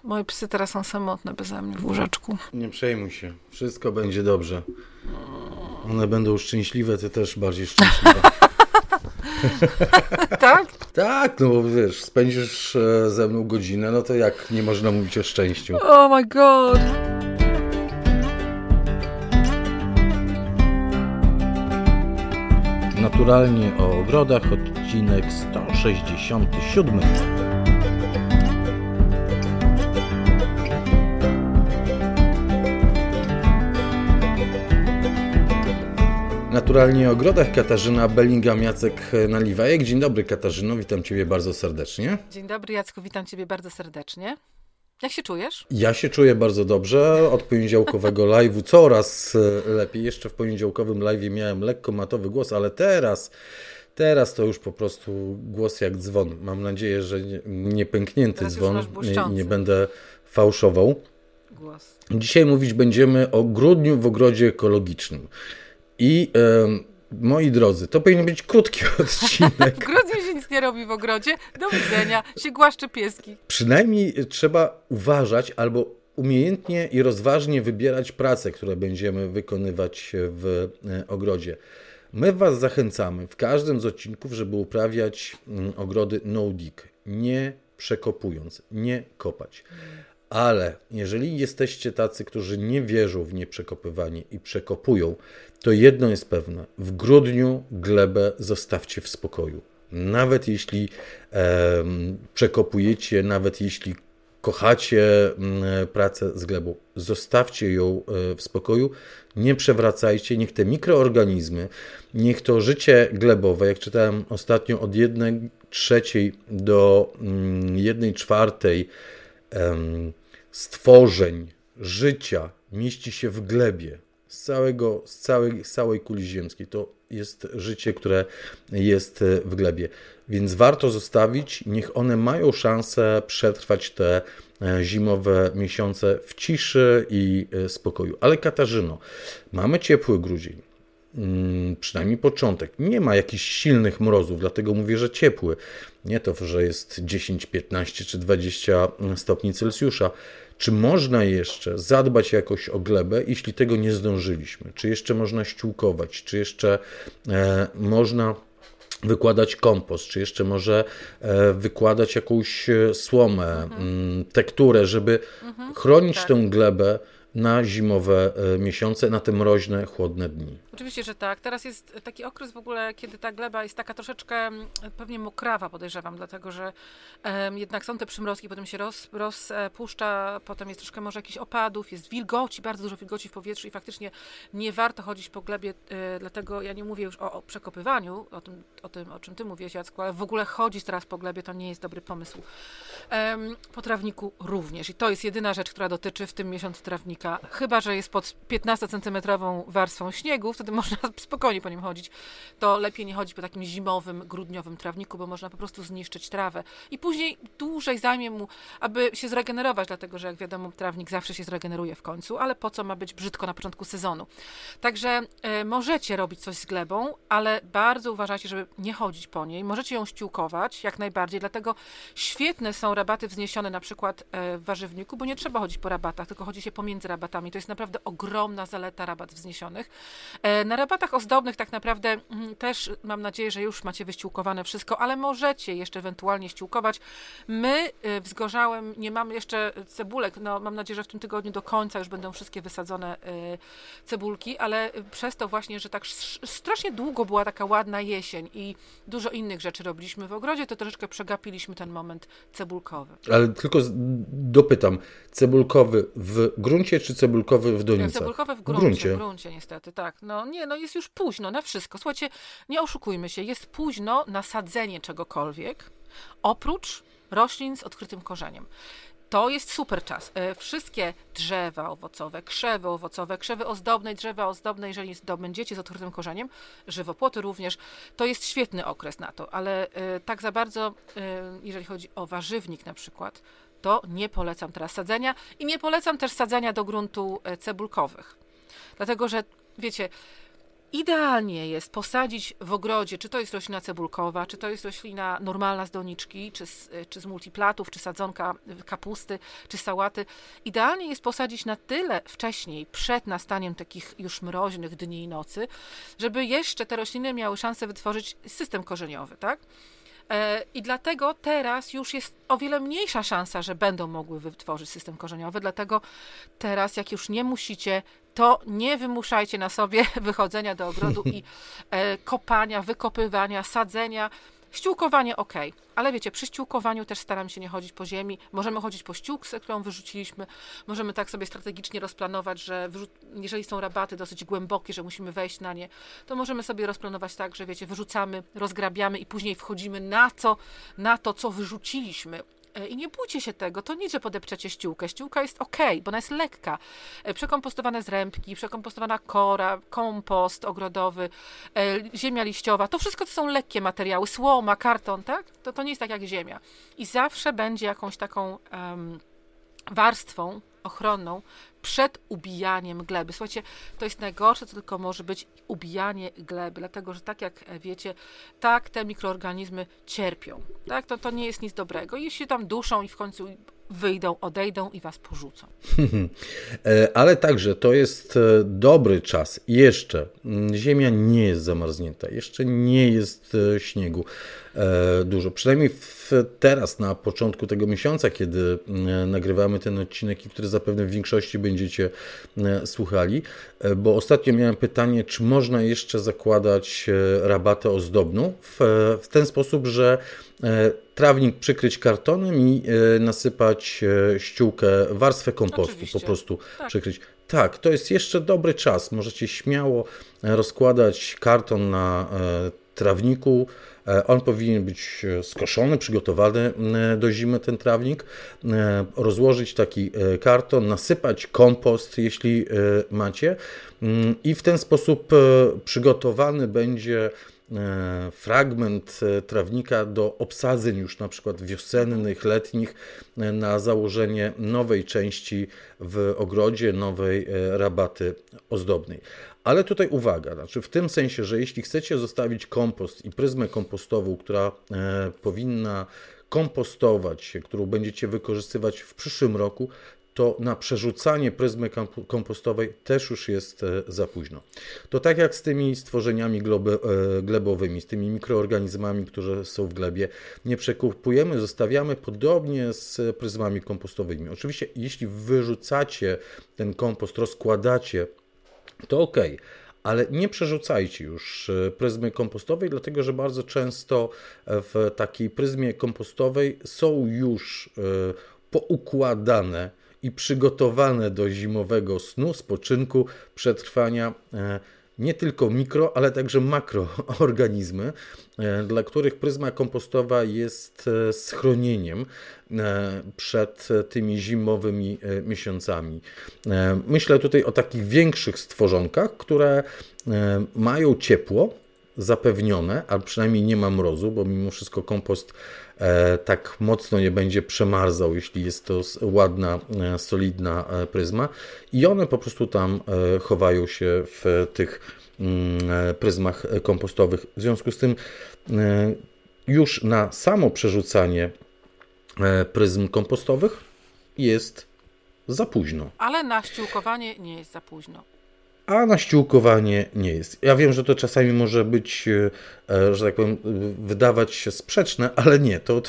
Moje psy teraz są samotne beze mnie w łóżeczku. Nie przejmuj się, wszystko będzie dobrze. One będą szczęśliwe, ty też bardziej szczęśliwa. Tak? Tak, no bo wiesz, spędzisz ze mną godzinę, no to jak nie można mówić o szczęściu? Oh my god! Naturalnie o ogrodach, odcinek 167. Naturalnie o ogrodach Katarzyna Bellingham, Jacek Naliwajek. Dzień dobry Katarzyno, witam Ciebie bardzo serdecznie. Dzień dobry Jacku, witam Ciebie bardzo serdecznie. Jak się czujesz? Ja się czuję bardzo dobrze. Od poniedziałkowego live'u coraz lepiej. Jeszcze w poniedziałkowym live'ie miałem lekko matowy głos, ale teraz to już po prostu głos jak dzwon. Mam nadzieję, że nie pęknięty teraz dzwon i nie będę fałszował. Głos. Dzisiaj mówić będziemy o grudniu w ogrodzie ekologicznym. I moi drodzy, to powinien być krótki odcinek. W grudniu się nic nie robi w ogrodzie. Do widzenia. Się głaszcze pieski. Przynajmniej trzeba uważać albo umiejętnie i rozważnie wybierać prace, które będziemy wykonywać w ogrodzie. My Was zachęcamy w każdym z odcinków, żeby uprawiać ogrody no-dig, nie przekopując, nie kopać. Ale jeżeli jesteście tacy, którzy nie wierzą w nieprzekopywanie i przekopują, to jedno jest pewne. W grudniu glebę zostawcie w spokoju. Nawet jeśli przekopujecie, nawet jeśli kochacie pracę z glebą, zostawcie ją w spokoju, nie przewracajcie, niech te mikroorganizmy, niech to życie glebowe, jak czytałem ostatnio, od 1/3 do 1/4 stworzeń, życia mieści się w glebie z całej kuli ziemskiej. To jest życie, które jest w glebie. Więc warto zostawić, niech one mają szansę przetrwać te zimowe miesiące w ciszy i spokoju. Ale Katarzyno, mamy ciepły grudzień. Przynajmniej początek. Nie ma jakichś silnych mrozów, dlatego mówię, że ciepły. Nie to, że jest 10, 15 czy 20 stopni Celsjusza. Czy można jeszcze zadbać jakoś o glebę, jeśli tego nie zdążyliśmy? Czy jeszcze można ściółkować? Czy jeszcze można wykładać kompost? Czy jeszcze może wykładać jakąś słomę, tekturę, żeby chronić tę glebę na zimowe miesiące, na te mroźne, chłodne dni? Oczywiście, że tak. Teraz jest taki okres w ogóle, kiedy ta gleba jest taka troszeczkę pewnie mokrawa, podejrzewam, dlatego że jednak są te przymrozki, potem się rozpuszcza, potem jest troszkę może jakichś opadów, jest wilgoci, bardzo dużo wilgoci w powietrzu i faktycznie nie warto chodzić po glebie, dlatego ja nie mówię już o przekopywaniu, o tym, o czym ty mówiłeś, Jacku, ale w ogóle chodzić teraz po glebie to nie jest dobry pomysł. Po trawniku również i to jest jedyna rzecz, która dotyczy w tym miesiącu trawnika, chyba że jest pod 15-centymetrową warstwą śniegu, wtedy można spokojnie po nim chodzić, to lepiej nie chodzić po takim zimowym, grudniowym trawniku, bo można po prostu zniszczyć trawę. I później dłużej zajmie mu, aby się zregenerować, dlatego że jak wiadomo, trawnik zawsze się zregeneruje w końcu, ale po co ma być brzydko na początku sezonu. Także możecie robić coś z glebą, ale bardzo uważajcie, żeby nie chodzić po niej. Możecie ją ściółkować, jak najbardziej, dlatego świetne są rabaty wzniesione na przykład w warzywniku, bo nie trzeba chodzić po rabatach, tylko chodzi się pomiędzy rabatami. To jest naprawdę ogromna zaleta rabat wzniesionych. Na rabatach ozdobnych tak naprawdę też mam nadzieję, że już macie wyściółkowane wszystko, ale możecie jeszcze ewentualnie ściółkować. My w Zgorzałem nie mamy jeszcze cebulek, no mam nadzieję, że w tym tygodniu do końca już będą wszystkie wysadzone cebulki, ale przez to właśnie, że tak strasznie długo była taka ładna jesień i dużo innych rzeczy robiliśmy w ogrodzie, to troszeczkę przegapiliśmy ten moment cebulkowy. Ale tylko dopytam, cebulkowy w gruncie czy cebulkowy w donicach? Cebulkowy w gruncie niestety, tak. No jest już późno na wszystko. Słuchajcie, nie oszukujmy się, jest późno na sadzenie czegokolwiek, oprócz roślin z odkrytym korzeniem. To jest super czas. Wszystkie drzewa owocowe, krzewy ozdobne, drzewa ozdobne, jeżeli zdobędziecie z odkrytym korzeniem, żywopłoty również, to jest świetny okres na to, ale tak za bardzo, jeżeli chodzi o warzywnik na przykład, to nie polecam teraz sadzenia i nie polecam też sadzenia do gruntu cebulkowych. Dlatego, że wiecie, Idealnie jest posadzić w ogrodzie, czy to jest roślina cebulkowa, czy to jest roślina normalna z doniczki, czy z multiplatów, czy sadzonka kapusty, czy sałaty. Idealnie jest posadzić na tyle wcześniej, przed nastaniem takich już mroźnych dni i nocy, żeby jeszcze te rośliny miały szansę wytworzyć system korzeniowy, tak? I dlatego teraz już jest o wiele mniejsza szansa, że będą mogły wytworzyć system korzeniowy, dlatego teraz, jak już nie musicie, to nie wymuszajcie na sobie wychodzenia do ogrodu i kopania, wykopywania, sadzenia. Ściółkowanie ok, ale wiecie, przy ściółkowaniu też staram się nie chodzić po ziemi. Możemy chodzić po ściółce, którą wyrzuciliśmy. Możemy tak sobie strategicznie rozplanować, że jeżeli są rabaty dosyć głębokie, że musimy wejść na nie, to możemy sobie rozplanować tak, że wiecie, wyrzucamy, rozgrabiamy i później wchodzimy na to, co wyrzuciliśmy. I nie bójcie się tego, to nic, że podepczecie ściółkę. Ściółka jest ok, bo ona jest lekka. Przekompostowane zrębki, przekompostowana kora, kompost ogrodowy, ziemia liściowa, to wszystko to są lekkie materiały, słoma, karton, tak? To nie jest tak jak ziemia. I zawsze będzie jakąś taką warstwą ochronną przed ubijaniem gleby. Słuchajcie, to jest najgorsze, co tylko może być ubijanie gleby, dlatego, że tak jak wiecie, tak te mikroorganizmy cierpią. Tak? To nie jest nic dobrego. I się tam duszą i w końcu wyjdą, odejdą i was porzucą. Ale także to jest dobry czas. Jeszcze ziemia nie jest zamarznięta, jeszcze nie jest śniegu dużo. Przynajmniej teraz, na początku tego miesiąca, kiedy nagrywamy ten odcinek i który zapewne w większości będziecie słuchali, bo ostatnio miałem pytanie, czy można jeszcze zakładać rabatę ozdobną w ten sposób, że trawnik przykryć kartonem i nasypać ściółkę, warstwę kompostu. Oczywiście. Po prostu tak. Przykryć. Tak, to jest jeszcze dobry czas. Możecie śmiało rozkładać karton na trawniku. On powinien być skoszony, przygotowany do zimy, ten trawnik. Rozłożyć taki karton, nasypać kompost, jeśli macie. I w ten sposób przygotowany będzie fragment trawnika do obsadzeń już na przykład wiosennych, letnich, na założenie nowej części w ogrodzie, nowej rabaty ozdobnej. Ale tutaj uwaga, znaczy w tym sensie, że jeśli chcecie zostawić kompost i pryzmę kompostową, która powinna kompostować się, którą będziecie wykorzystywać w przyszłym roku, to na przerzucanie pryzmy kompostowej też już jest za późno. To tak jak z tymi stworzeniami glebowymi, z tymi mikroorganizmami, które są w glebie, nie przekupujemy, zostawiamy podobnie z pryzmami kompostowymi. Oczywiście jeśli wyrzucacie ten kompost, rozkładacie, to ok, ale nie przerzucajcie już pryzmy kompostowej, dlatego że bardzo często w takiej pryzmie kompostowej są już poukładane i przygotowane do zimowego snu, spoczynku, przetrwania nie tylko mikro, ale także makroorganizmy, dla których pryzma kompostowa jest schronieniem przed tymi zimowymi miesiącami. Myślę tutaj o takich większych stworzonkach, które mają ciepło zapewnione, a przynajmniej nie ma mrozu, bo mimo wszystko kompost tak mocno nie będzie przemarzał, jeśli jest to ładna, solidna pryzma i one po prostu tam chowają się w tych pryzmach kompostowych. W związku z tym już na samo przerzucanie pryzm kompostowych jest za późno. Ale na ściółkowanie nie jest za późno. A na ściółkowanie nie jest. Ja wiem, że to czasami może być, że tak powiem, wydawać się sprzeczne, ale nie, to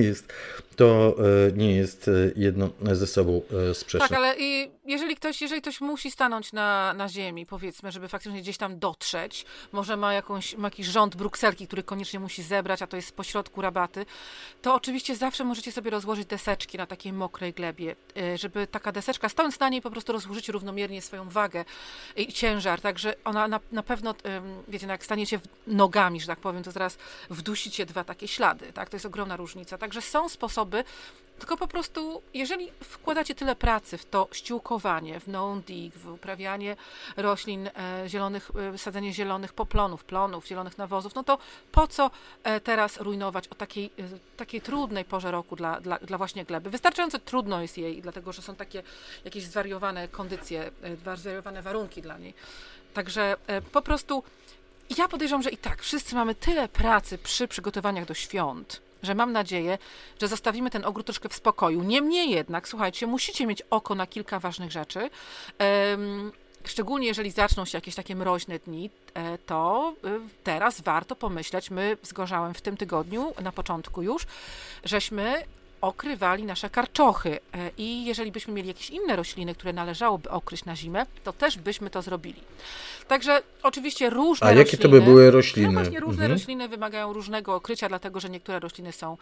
nie jest jedno ze sobą sprzeczne. Tak, ale jeżeli ktoś musi stanąć na ziemi, powiedzmy, żeby faktycznie gdzieś tam dotrzeć, może ma jakiś rząd brukselki, który koniecznie musi zebrać, a to jest pośrodku rabaty, to oczywiście zawsze możecie sobie rozłożyć deseczki na takiej mokrej glebie, żeby taka deseczka, stojąc na niej, po prostu rozłożycie równomiernie swoją wagę i ciężar, także ona na pewno, wiecie, no jak staniecie nogami, że tak powiem, to zaraz wdusicie dwa takie ślady, tak? To jest ogromna różnica, także są sposoby, tylko po prostu, jeżeli wkładacie tyle pracy w to ściółkowanie, w no-dig, w uprawianie roślin zielonych, sadzenie zielonych poplonów, plonów, zielonych nawozów, no to po co teraz rujnować o takiej trudnej porze roku dla właśnie gleby? Wystarczająco trudno jest jej, dlatego że są takie jakieś zwariowane kondycje, zwariowane warunki dla niej. Także po prostu ja podejrzewam, że i tak wszyscy mamy tyle pracy przy przygotowaniach do świąt, że mam nadzieję, że zostawimy ten ogród troszkę w spokoju. Niemniej jednak, słuchajcie, musicie mieć oko na kilka ważnych rzeczy. Szczególnie jeżeli zaczną się jakieś takie mroźne dni, to teraz warto pomyśleć, my z Gorzałem w tym tygodniu, na początku już, żeśmy okrywali nasze karczochy i jeżeli byśmy mieli jakieś inne rośliny, które należałoby okryć na zimę, to też byśmy to zrobili. Także oczywiście różne rośliny... A jakie to by były rośliny? No właśnie różne rośliny wymagają różnego okrycia, dlatego że niektóre rośliny są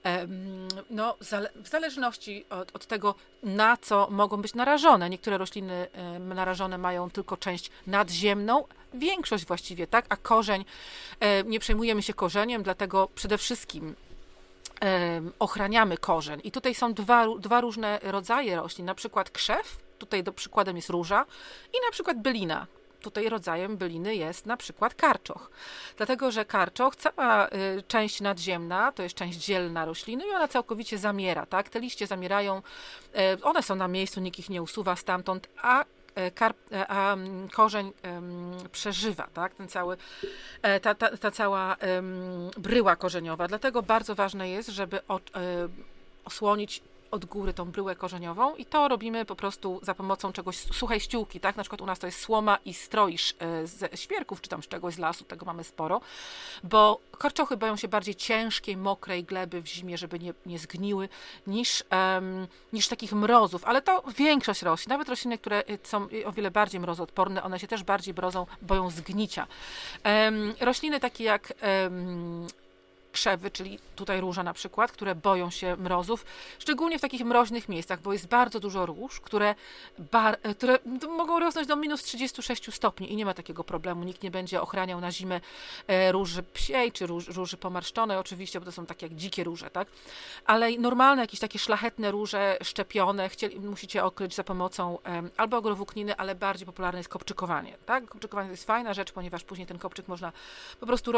w zależności od tego, na co mogą być narażone. Niektóre rośliny narażone mają tylko część nadziemną, większość właściwie, tak, a korzeń, nie przejmujemy się korzeniem, dlatego przede wszystkim ochraniamy korzeń. I tutaj są dwa różne rodzaje roślin, na przykład krzew, tutaj przykładem jest róża i na przykład bylina. Tutaj rodzajem byliny jest na przykład karczoch. Dlatego, że karczoch, cała część nadziemna, to jest część dzielna rośliny i ona całkowicie zamiera, tak? Te liście zamierają, one są na miejscu, nikt ich nie usuwa stamtąd, a korzeń przeżywa, tak? Ta cała bryła korzeniowa. Dlatego bardzo ważne jest, żeby osłonić od góry tą bryłę korzeniową i to robimy po prostu za pomocą czegoś, suchej ściółki, tak? Na przykład u nas to jest słoma i stroisz ze świerków, czy tam z czegoś z lasu, tego mamy sporo, bo karczochy boją się bardziej ciężkiej, mokrej gleby w zimie, żeby nie zgniły, niż takich mrozów, ale to większość roślin, nawet rośliny, które są o wiele bardziej mrozoodporne, one się też bardziej boją zgnicia. Rośliny takie jak krzewy, czyli tutaj róża na przykład, które boją się mrozów, szczególnie w takich mroźnych miejscach, bo jest bardzo dużo róż, które mogą rosnąć do minus 36 stopni i nie ma takiego problemu. Nikt nie będzie ochraniał na zimę róży psiej, czy róży pomarszczonej oczywiście, bo to są takie jak dzikie róże, tak? Ale normalne, jakieś takie szlachetne róże szczepione, musicie okryć za pomocą albo agrowłókniny, ale bardziej popularne jest kopczykowanie, tak? Kopczykowanie to jest fajna rzecz, ponieważ później ten kopczyk można po prostu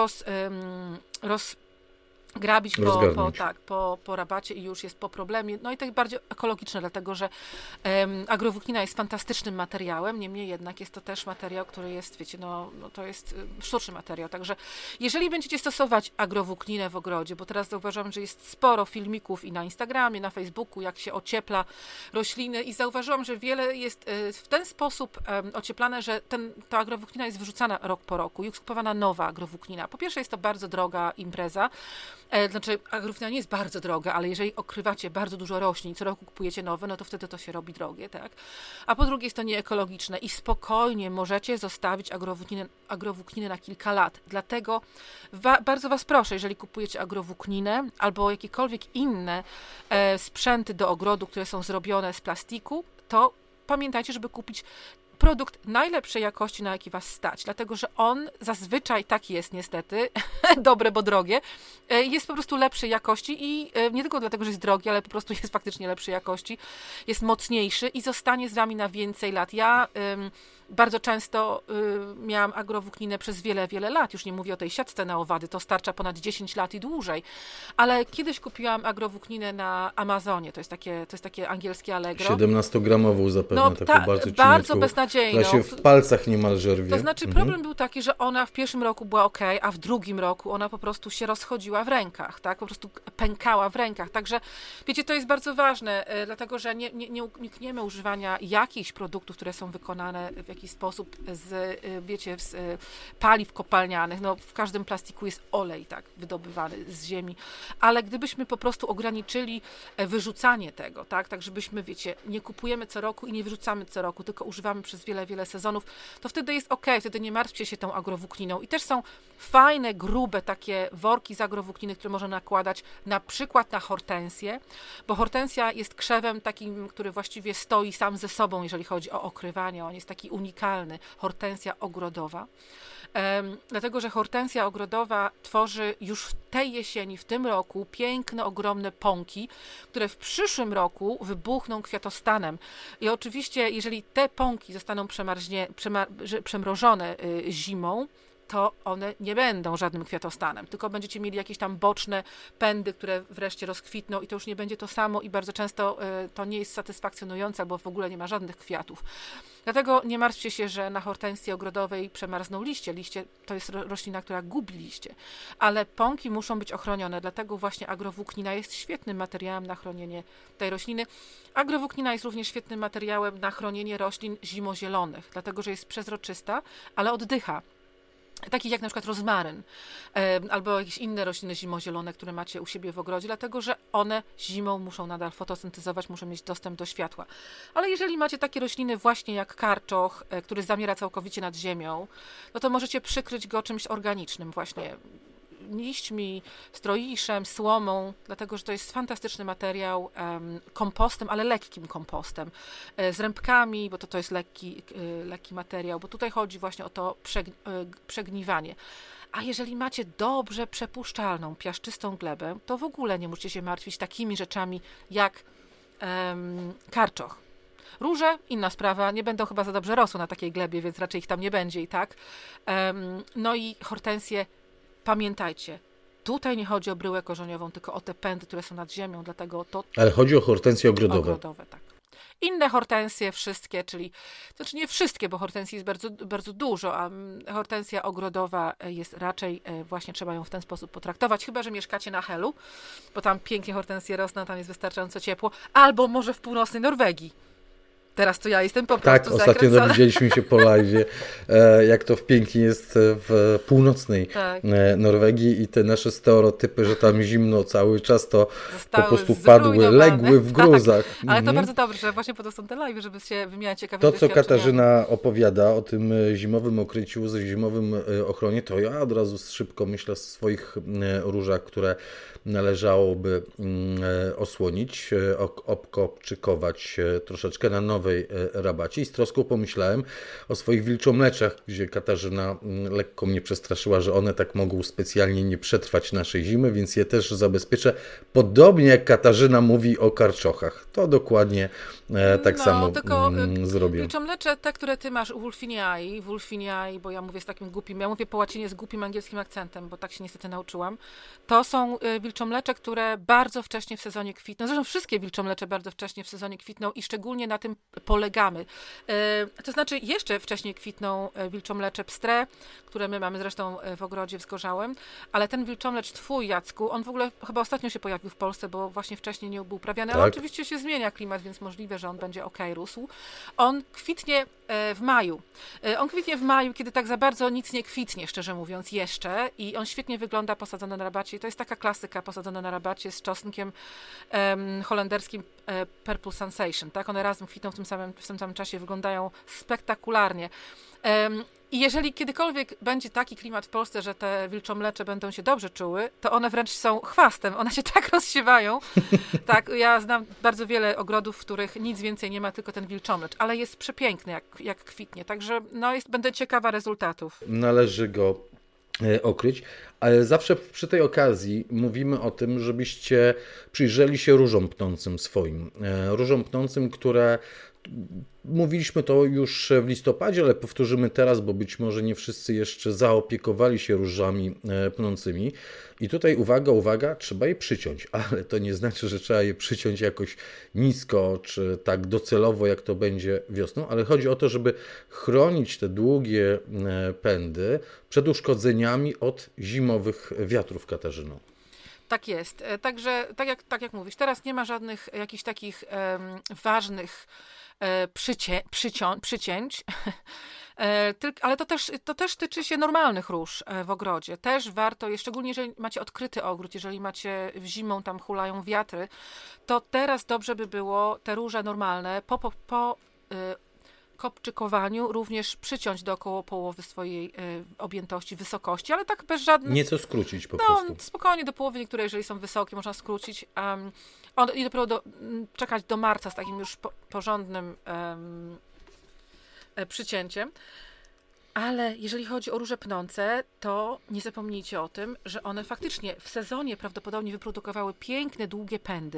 grabić po rabacie i już jest po problemie. No i to jest bardziej ekologiczne, dlatego że agrowłóknina jest fantastycznym materiałem, niemniej jednak jest to też materiał, który jest, wiecie, to jest sztuczny materiał. Także jeżeli będziecie stosować agrowłókninę w ogrodzie, bo teraz zauważam, że jest sporo filmików i na Instagramie, na Facebooku, jak się ociepla rośliny i zauważyłam, że wiele jest w ten sposób ocieplane, że ta agrowłóknina jest wyrzucana rok po roku i kupowana nowa agrowłóknina. Po pierwsze jest to bardzo droga impreza, znaczy agrowłóknina nie jest bardzo droga, ale jeżeli okrywacie bardzo dużo roślin, co roku kupujecie nowe, no to wtedy to się robi drogie, tak? A po drugie jest to nieekologiczne i spokojnie możecie zostawić agrowłókninę na kilka lat. Dlatego bardzo Was proszę, jeżeli kupujecie agrowłókninę albo jakiekolwiek inne sprzęty do ogrodu, które są zrobione z plastiku, to pamiętajcie, żeby kupić produkt najlepszej jakości, na jaki Was stać, dlatego że on zazwyczaj, tak jest niestety, dobre, bo drogie, jest po prostu lepszej jakości i nie tylko dlatego, że jest drogi, ale po prostu jest faktycznie lepszej jakości, jest mocniejszy i zostanie z Wami na więcej lat. Ja bardzo często miałam agrowłókninę przez wiele, wiele lat, już nie mówię o tej siatce na owady, to starcza ponad 10 lat i dłużej, ale kiedyś kupiłam agrowłókninę na Amazonie, to jest takie angielskie Allegro. 17-gramową zapewne, taką bardzo beznadziejną. Która się w palcach niemalże rwie. To znaczy problem był taki, że ona w pierwszym roku była ok, a w drugim roku ona po prostu się rozchodziła w rękach, tak, po prostu pękała w rękach, także wiecie, to jest bardzo ważne, dlatego że nie unikniemy używania jakichś produktów, które są wykonane w jakiś sposób z paliw kopalnianych. No, w każdym plastiku jest olej, tak, wydobywany z ziemi, ale gdybyśmy po prostu ograniczyli wyrzucanie tego, tak żebyśmy, wiecie, nie kupujemy co roku i nie wyrzucamy co roku, tylko używamy przez wiele, wiele sezonów, to wtedy jest ok, wtedy nie martwcie się tą agrowłókniną. I też są fajne, grube takie worki z agrowłókniny, które można nakładać na przykład na hortensję, bo hortensja jest krzewem takim, który właściwie stoi sam ze sobą, jeżeli chodzi o okrywanie. On jest taki unikalny, hortensja ogrodowa. Dlatego, że hortensja ogrodowa tworzy już tej jesieni, w tym roku, piękne, ogromne pąki, które w przyszłym roku wybuchną kwiatostanem. I oczywiście, jeżeli te pąki zostaną przemrożone zimą, to one nie będą żadnym kwiatostanem, tylko będziecie mieli jakieś tam boczne pędy, które wreszcie rozkwitną i to już nie będzie to samo i bardzo często to nie jest satysfakcjonujące, albo w ogóle nie ma żadnych kwiatów. Dlatego nie martwcie się, że na hortensji ogrodowej przemarzną liście. Liście to jest roślina, która gubi liście, ale pąki muszą być ochronione, dlatego właśnie agrowłóknina jest świetnym materiałem na chronienie tej rośliny. Agrowłóknina jest również świetnym materiałem na chronienie roślin zimozielonych, dlatego że jest przezroczysta, ale oddycha. Takich jak na przykład rozmaryn albo jakieś inne rośliny zimozielone, które macie u siebie w ogrodzie, dlatego że one zimą muszą nadal fotosyntezować, muszą mieć dostęp do światła. Ale jeżeli macie takie rośliny właśnie jak karczoch, który zamiera całkowicie nad ziemią, no to możecie przykryć go czymś organicznym właśnie, liśćmi, stroiszem, słomą, dlatego że to jest fantastyczny materiał, kompostem, ale lekkim kompostem, z rębkami, bo to jest lekki materiał, bo tutaj chodzi właśnie o to przegniwanie. A jeżeli macie dobrze przepuszczalną, piaszczystą glebę, to w ogóle nie musicie się martwić takimi rzeczami jak karczoch. Róże, inna sprawa, nie będą chyba za dobrze rosły na takiej glebie, więc raczej ich tam nie będzie i tak. No i hortensje, pamiętajcie, tutaj nie chodzi o bryłę korzeniową, tylko o te pędy, które są nad ziemią, dlatego to... Ale chodzi o hortensje ogrodowe. Ogrodowe, tak. Inne hortensje, wszystkie, czyli, znaczy nie wszystkie, bo hortensji jest bardzo, bardzo dużo, a hortensja ogrodowa jest raczej, właśnie trzeba ją w ten sposób potraktować, chyba że mieszkacie na Helu, bo tam pięknie hortensje rosną, tam jest wystarczająco ciepło, albo może w północnej Norwegii. Teraz to ja jestem po prostu zakręcona. Tak, ostatnio dowiedzieliśmy się po live'ie, jak to pięknie jest w północnej Norwegii i te nasze stereotypy, że tam zimno cały czas, to po prostu padły, legły w gruzach. Tak. Ale to bardzo dobrze, że właśnie po to są te live'y, żeby się wymieniać ciekawe to, co Katarzyna opowiada o tym zimowym okryciu, zimowym ochronie, to ja od razu szybko myślę o swoich różach, które należałoby osłonić, obkopczykować troszeczkę na nowej rabacie i z troską pomyślałem o swoich wilczomleczach, gdzie Katarzyna lekko mnie przestraszyła, że one tak mogą specjalnie nie przetrwać naszej zimy, więc je też zabezpieczę. Podobnie jak Katarzyna mówi o karczochach. To dokładnie tak samo zrobię. Wilczomlecze, te, które ty masz, Wulfiniae, bo ja mówię z takim głupim, ja mówię po łacinie z głupim angielskim akcentem, bo tak się niestety nauczyłam. To są wilczomlecze, które bardzo wcześnie w sezonie kwitną. Zresztą wszystkie wilczomlecze bardzo wcześnie w sezonie kwitną i szczególnie na tym polegamy. To znaczy jeszcze wcześniej kwitną wilczomlecze pstre, które my mamy zresztą w ogrodzie wzgorzałym, ale ten wilczomlecz twój, Jacku, on w ogóle chyba ostatnio się pojawił w Polsce, bo właśnie wcześniej nie był uprawiany, ale oczywiście się zmienia klimat, więc możliwe, że on będzie rósł. On kwitnie w maju. On kwitnie w maju, kiedy tak za bardzo nic nie kwitnie, szczerze mówiąc, jeszcze i on świetnie wygląda posadzony na rabacie. I to jest taka klasyka posadzona na rabacie z czosnkiem holenderskim Purple Sensation. Tak? One razem kwitną w tym samym czasie, wyglądają spektakularnie. I jeżeli kiedykolwiek będzie taki klimat w Polsce, że te wilczomlecze będą się dobrze czuły, to one wręcz są chwastem, one się tak rozsiewają. Tak, ja znam bardzo wiele ogrodów, w których nic więcej nie ma, tylko ten wilczomlecz, ale jest przepiękny, jak kwitnie. Także będę ciekawa rezultatów. Należy go okryć, ale zawsze przy tej okazji mówimy o tym, żebyście przyjrzeli się różom pnącym swoim. Różom pnącym, które mówiliśmy to już w listopadzie, ale powtórzymy teraz, bo być może nie wszyscy jeszcze zaopiekowali się różami pnącymi. I tutaj uwaga, trzeba je przyciąć, ale to nie znaczy, że trzeba je przyciąć jakoś nisko, czy tak docelowo, jak to będzie wiosną, ale chodzi o to, żeby chronić te długie pędy przed uszkodzeniami od zimowych wiatrów, Katarzyno. Tak jest. Także, tak jak mówisz, teraz nie ma żadnych jakichś takich ważnych przycięć, ale to też tyczy się normalnych róż w ogrodzie. Też warto, szczególnie jeżeli macie odkryty ogród, jeżeli macie w zimą, tam hulają wiatry, to teraz dobrze by było te róże normalne po kopczykowaniu również przyciąć do około połowy swojej objętości, wysokości, ale tak bez żadnych... Nieco skrócić po prostu. Spokojnie do połowy, niektóre jeżeli są wysokie, można skrócić. I dopiero czekać do marca z takim już porządnym przycięciem. Ale jeżeli chodzi o róże pnące, to nie zapomnijcie o tym, że one faktycznie w sezonie prawdopodobnie wyprodukowały piękne, długie pędy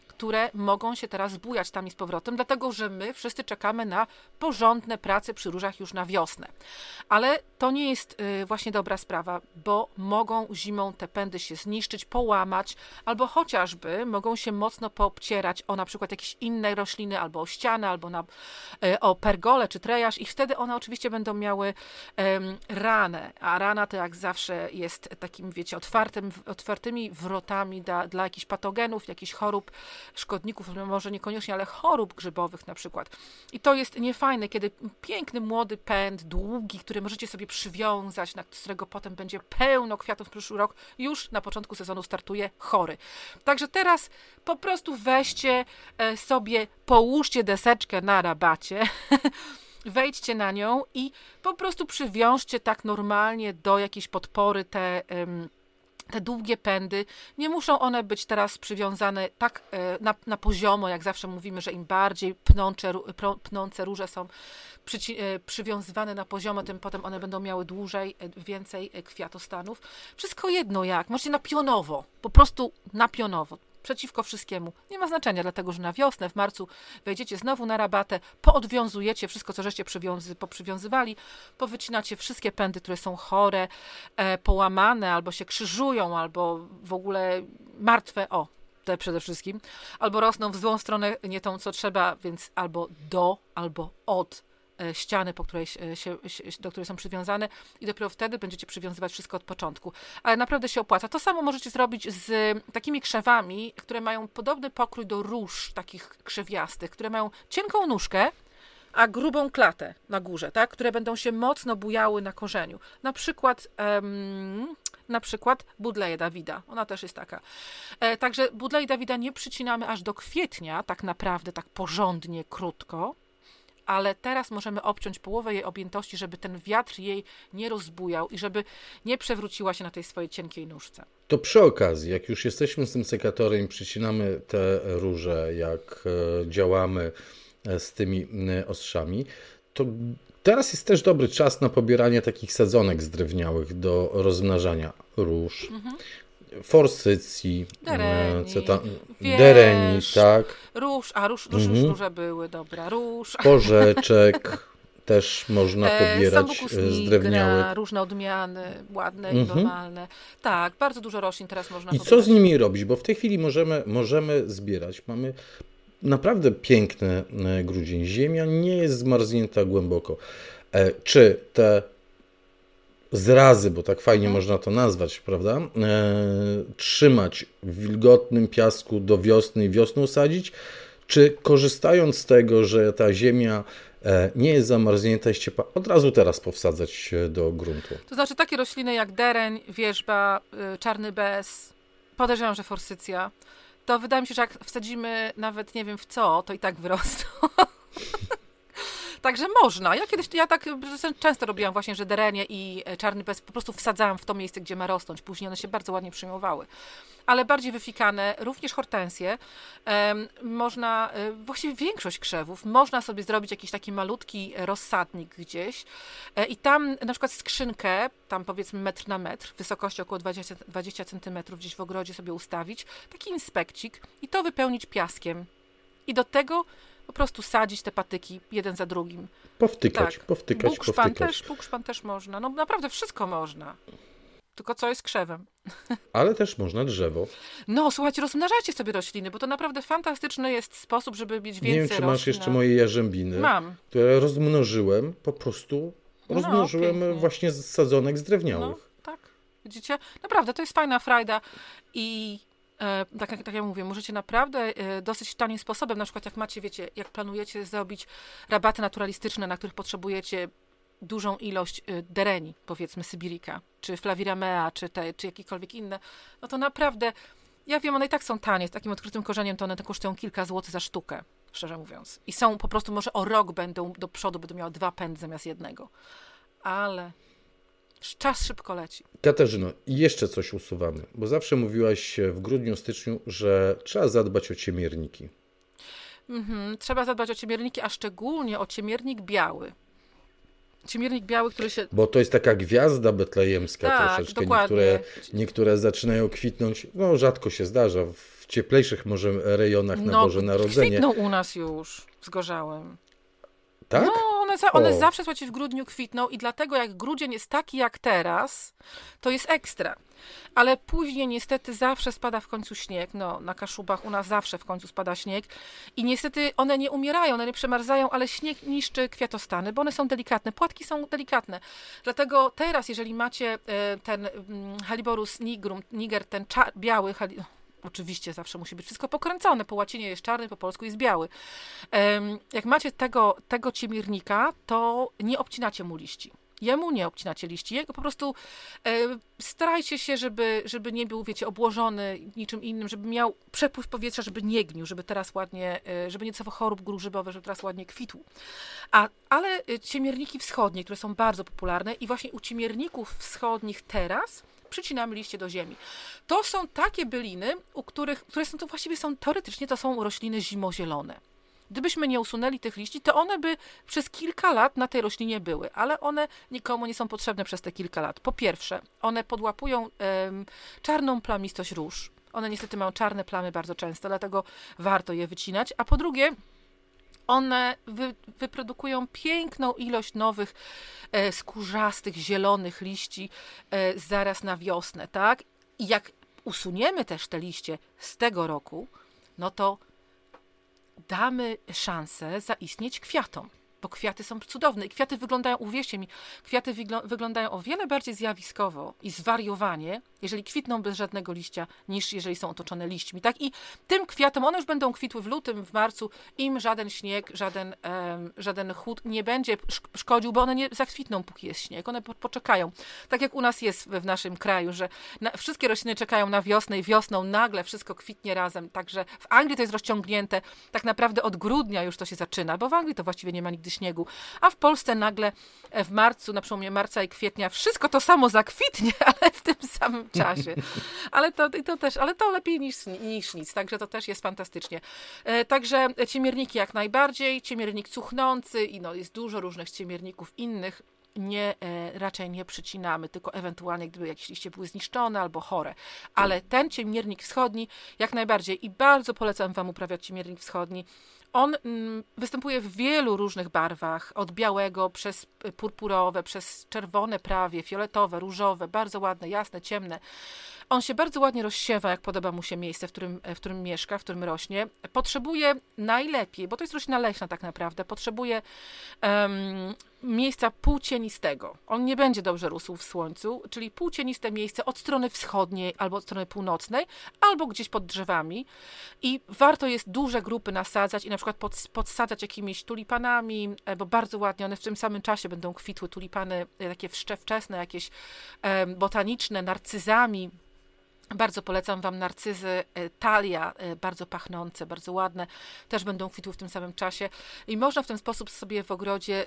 które mogą się teraz bujać tam i z powrotem, dlatego że my wszyscy czekamy na porządne prace przy różach już na wiosnę. Ale to nie jest właśnie dobra sprawa, bo mogą zimą te pędy się zniszczyć, połamać, albo chociażby mogą się mocno poobcierać o na przykład jakieś inne rośliny, albo o ścianę, albo o pergolę czy trejaż i wtedy one oczywiście będą miały ranę, a rana to jak zawsze jest takim, wiecie, otwartymi wrotami dla jakichś patogenów, jakichś chorób, szkodników, może niekoniecznie, ale chorób grzybowych na przykład. I to jest niefajne, kiedy piękny, młody pęd, długi, który możecie sobie przywiązać, na którego potem będzie pełno kwiatów w przyszły rok, już na początku sezonu startuje chory. Także teraz po prostu weźcie sobie, połóżcie deseczkę na rabacie, wejdźcie na nią i po prostu przywiążcie tak normalnie do jakiejś podpory te długie pędy. Nie muszą one być teraz przywiązane tak na poziomo, jak zawsze mówimy, że im bardziej pnące róże są przywiązywane na poziomo, tym potem one będą miały dłużej, więcej kwiatostanów. Wszystko jedno jak. Możecie na pionowo, po prostu na pionowo. Przeciwko wszystkiemu. Nie ma znaczenia, dlatego że na wiosnę, w marcu wejdziecie znowu na rabatę, poodwiązujecie wszystko, co żeście poprzywiązywali, powycinacie wszystkie pędy, które są chore, połamane, albo się krzyżują, albo w ogóle martwe, te przede wszystkim, albo rosną w złą stronę, nie tą, co trzeba, więc albo albo od ściany, do której są przywiązane i dopiero wtedy będziecie przywiązywać wszystko od początku. Ale naprawdę się opłaca. To samo możecie zrobić z takimi krzewami, które mają podobny pokrój do róż takich krzewiastych, które mają cienką nóżkę, a grubą klatę na górze, tak? Które będą się mocno bujały na korzeniu. Na przykład Budleja Dawida. Ona też jest taka. Także Budleji Dawida nie przycinamy aż do kwietnia, tak naprawdę, tak porządnie, krótko, ale teraz możemy obciąć połowę jej objętości, żeby ten wiatr jej nie rozbujał i żeby nie przewróciła się na tej swojej cienkiej nóżce. To przy okazji, jak już jesteśmy z tym sekatorem i przycinamy te róże, jak działamy z tymi ostrzami, to teraz jest też dobry czas na pobieranie takich sadzonek zdrewniałych do rozmnażania róż. Forsycji, dereni, tak. Róże były, dobra, porzeczek też można pobierać sambucus zdrewniałych. Różne odmiany, ładne i normalne. Tak, bardzo dużo roślin teraz można pobierać. I co z nimi robić? Bo w tej chwili możemy zbierać. Mamy naprawdę piękny grudzień. Ziemia nie jest zmarznięta głęboko. Czy te zrazy, bo tak fajnie można to nazwać, prawda? Trzymać w wilgotnym piasku do wiosny i wiosną sadzić, czy korzystając z tego, że ta ziemia nie jest zamarznięta i ciepła, od razu teraz powsadzać do gruntu? To znaczy takie rośliny jak dereń, wierzba, czarny bez, podejrzewam, że forsycja, to wydaje mi się, że jak wsadzimy nawet nie wiem w co, to i tak wyrosną. Także można. Ja tak często robiłam właśnie, że derenie i czarny bez po prostu wsadzałam w to miejsce, gdzie ma rosnąć. Później one się bardzo ładnie przyjmowały. Ale bardziej wyfikane, również hortensje, można, właściwie większość krzewów, można sobie zrobić jakiś taki malutki rozsadnik gdzieś i tam na przykład skrzynkę, tam powiedzmy metr na metr, wysokości około 20 cm gdzieś w ogrodzie sobie ustawić, taki inspekcik i to wypełnić piaskiem. I do tego po prostu sadzić te patyki jeden za drugim. Powtykać. Bukszpan też można. No naprawdę wszystko można. Tylko co jest krzewem. Ale też można drzewo. No słuchajcie, rozmnażajcie sobie rośliny, bo to naprawdę fantastyczny jest sposób, żeby mieć więcej roślin. Nie wiem, czy masz jeszcze moje jarzębiny. Mam. Które rozmnożyłem, po prostu rozmnożyłem właśnie z sadzonek zdrewniałych. No, tak. Widzicie? Naprawdę, to jest fajna frajda i tak jak mówię, możecie naprawdę dosyć tanim sposobem, na przykład jak macie, wiecie, jak planujecie zrobić rabaty naturalistyczne, na których potrzebujecie dużą ilość dereni, powiedzmy sybirika, czy flaviramea, czy jakiekolwiek inne, no to naprawdę, ja wiem, one i tak są tanie, z takim odkrytym korzeniem to one kosztują kilka złotych za sztukę, szczerze mówiąc. I są po prostu, może o rok będą do przodu, będą miały 2 pędy zamiast jednego. Ale czas szybko leci. Katarzyno, jeszcze coś usuwamy, bo zawsze mówiłaś w grudniu, styczniu, że trzeba zadbać o ciemierniki. Trzeba zadbać o ciemierniki, a szczególnie o ciemiernik biały. Ciemiernik biały, który się... Bo to jest taka gwiazda betlejemska troszeczkę. Dokładnie. Niektóre zaczynają kwitnąć, no rzadko się zdarza w cieplejszych może rejonach na Boże Narodzenie. Kwitną u nas już z gorzałem. Tak? No, one zawsze, słuchajcie, w grudniu kwitną i dlatego jak grudzień jest taki jak teraz, to jest ekstra. Ale później niestety zawsze spada w końcu śnieg. No, na Kaszubach u nas zawsze w końcu spada śnieg. I niestety one nie umierają, one nie przemarzają, ale śnieg niszczy kwiatostany, bo one są delikatne. Płatki są delikatne. Dlatego teraz, jeżeli macie ten Helleborus niger, ten biały oczywiście zawsze musi być wszystko pokręcone. Po łacinie jest czarny, po polsku jest biały. Jak macie tego ciemiernika, to nie obcinacie mu liści. Jemu nie obcinacie liści. Jego po prostu starajcie się, żeby nie był, wiecie, obłożony niczym innym, żeby miał przepływ powietrza, żeby nie gnił, żeby teraz ładnie, żeby nie dostawał chorób grzybowych, żeby teraz ładnie kwitł. Ale ciemierniki wschodnie, które są bardzo popularne i właśnie u ciemierników wschodnich teraz przycinamy liście do ziemi. To są takie byliny, które są to właściwie teoretycznie to są rośliny zimozielone. Gdybyśmy nie usunęli tych liści, to one by przez kilka lat na tej roślinie były, ale one nikomu nie są potrzebne przez te kilka lat. Po pierwsze, one podłapują czarną plamistość róż. One niestety mają czarne plamy bardzo często, dlatego warto je wycinać. A po drugie, one wyprodukują piękną ilość nowych, skórzastych, zielonych liści zaraz na wiosnę, tak? I jak usuniemy też te liście z tego roku, no to damy szansę zaistnieć kwiatom, bo kwiaty są cudowne i kwiaty wyglądają, uwierzcie mi, kwiaty wyglądają o wiele bardziej zjawiskowo i zwariowanie, jeżeli kwitną bez żadnego liścia, niż jeżeli są otoczone liśćmi, tak? I tym kwiatom, one już będą kwitły w lutym, w marcu, im żaden śnieg, żaden chłód nie będzie szkodził, bo one nie zakwitną, póki jest śnieg, one poczekają. Tak jak u nas jest w naszym kraju, że wszystkie rośliny czekają na wiosnę i wiosną nagle wszystko kwitnie razem, także w Anglii to jest rozciągnięte, tak naprawdę od grudnia już to się zaczyna, bo w Anglii to właściwie nie ma nigdy śniegu, a w Polsce nagle w marcu, na przełomie marca i kwietnia wszystko to samo zakwitnie, ale w tym samym czasie. Ale to lepiej niż nic, także to też jest fantastycznie. Także ciemierniki jak najbardziej, ciemiernik cuchnący i jest dużo różnych ciemierników innych. Raczej nie przycinamy, tylko ewentualnie gdyby jakieś liście były zniszczone albo chore. Ale ten ciemiernik wschodni jak najbardziej i bardzo polecam wam uprawiać ciemiernik wschodni. On występuje w wielu różnych barwach, od białego przez purpurowe, przez czerwone prawie, fioletowe, różowe, bardzo ładne, jasne, ciemne. On się bardzo ładnie rozsiewa, jak podoba mu się miejsce, w którym mieszka, w którym rośnie. Potrzebuje najlepiej, bo to jest roślina leśna tak naprawdę, potrzebuje miejsca półcienistego. On nie będzie dobrze rósł w słońcu, czyli półcieniste miejsce od strony wschodniej albo od strony północnej, albo gdzieś pod drzewami. I warto jest duże grupy nasadzać i na przykład podsadzać jakimiś tulipanami, bo bardzo ładnie one w tym samym czasie będą kwitły. Tulipany takie wczesne, jakieś botaniczne, narcyzami. Bardzo polecam wam narcyzy talia, bardzo pachnące, bardzo ładne, też będą kwitły w tym samym czasie i można w ten sposób sobie w ogrodzie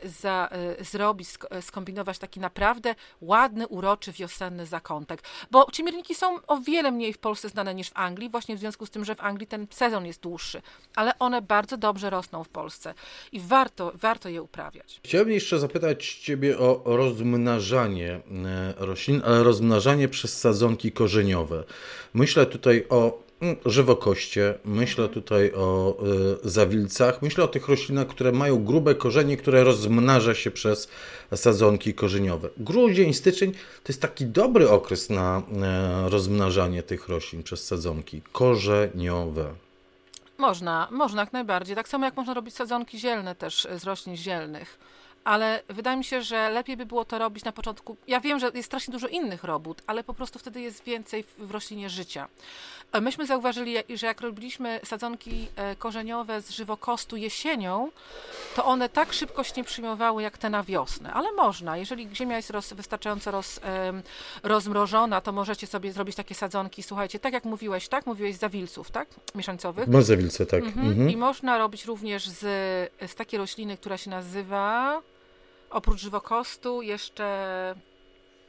skombinować taki naprawdę ładny, uroczy, wiosenny zakątek, bo ciemierniki są o wiele mniej w Polsce znane niż w Anglii, właśnie w związku z tym, że w Anglii ten sezon jest dłuższy, ale one bardzo dobrze rosną w Polsce i warto je uprawiać. Chciałbym jeszcze zapytać ciebie o rozmnażanie roślin, ale rozmnażanie przez sadzonki korzeniowe. Myślę tutaj o żywokoście, myślę tutaj o zawilcach, myślę o tych roślinach, które mają grube korzenie, które rozmnaża się przez sadzonki korzeniowe. Grudzień, styczeń to jest taki dobry okres na rozmnażanie tych roślin przez sadzonki korzeniowe. Można jak najbardziej. Tak samo jak można robić sadzonki zielne też z roślin zielnych. Ale wydaje mi się, że lepiej by było to robić na początku. Ja wiem, że jest strasznie dużo innych robót, ale po prostu wtedy jest więcej w roślinie życia. Myśmy zauważyli, że jak robiliśmy sadzonki korzeniowe z żywokostu jesienią, to one tak szybko się nie przyjmowały jak te na wiosnę. Ale można, jeżeli ziemia jest wystarczająco rozmrożona, to możecie sobie zrobić takie sadzonki, słuchajcie, tak jak mówiłeś, tak? Mówiłeś zawilców, tak? Mieszańcowych. Masz zawilce, tak. I można robić również z takiej rośliny, która się nazywa... Oprócz żywokostu jeszcze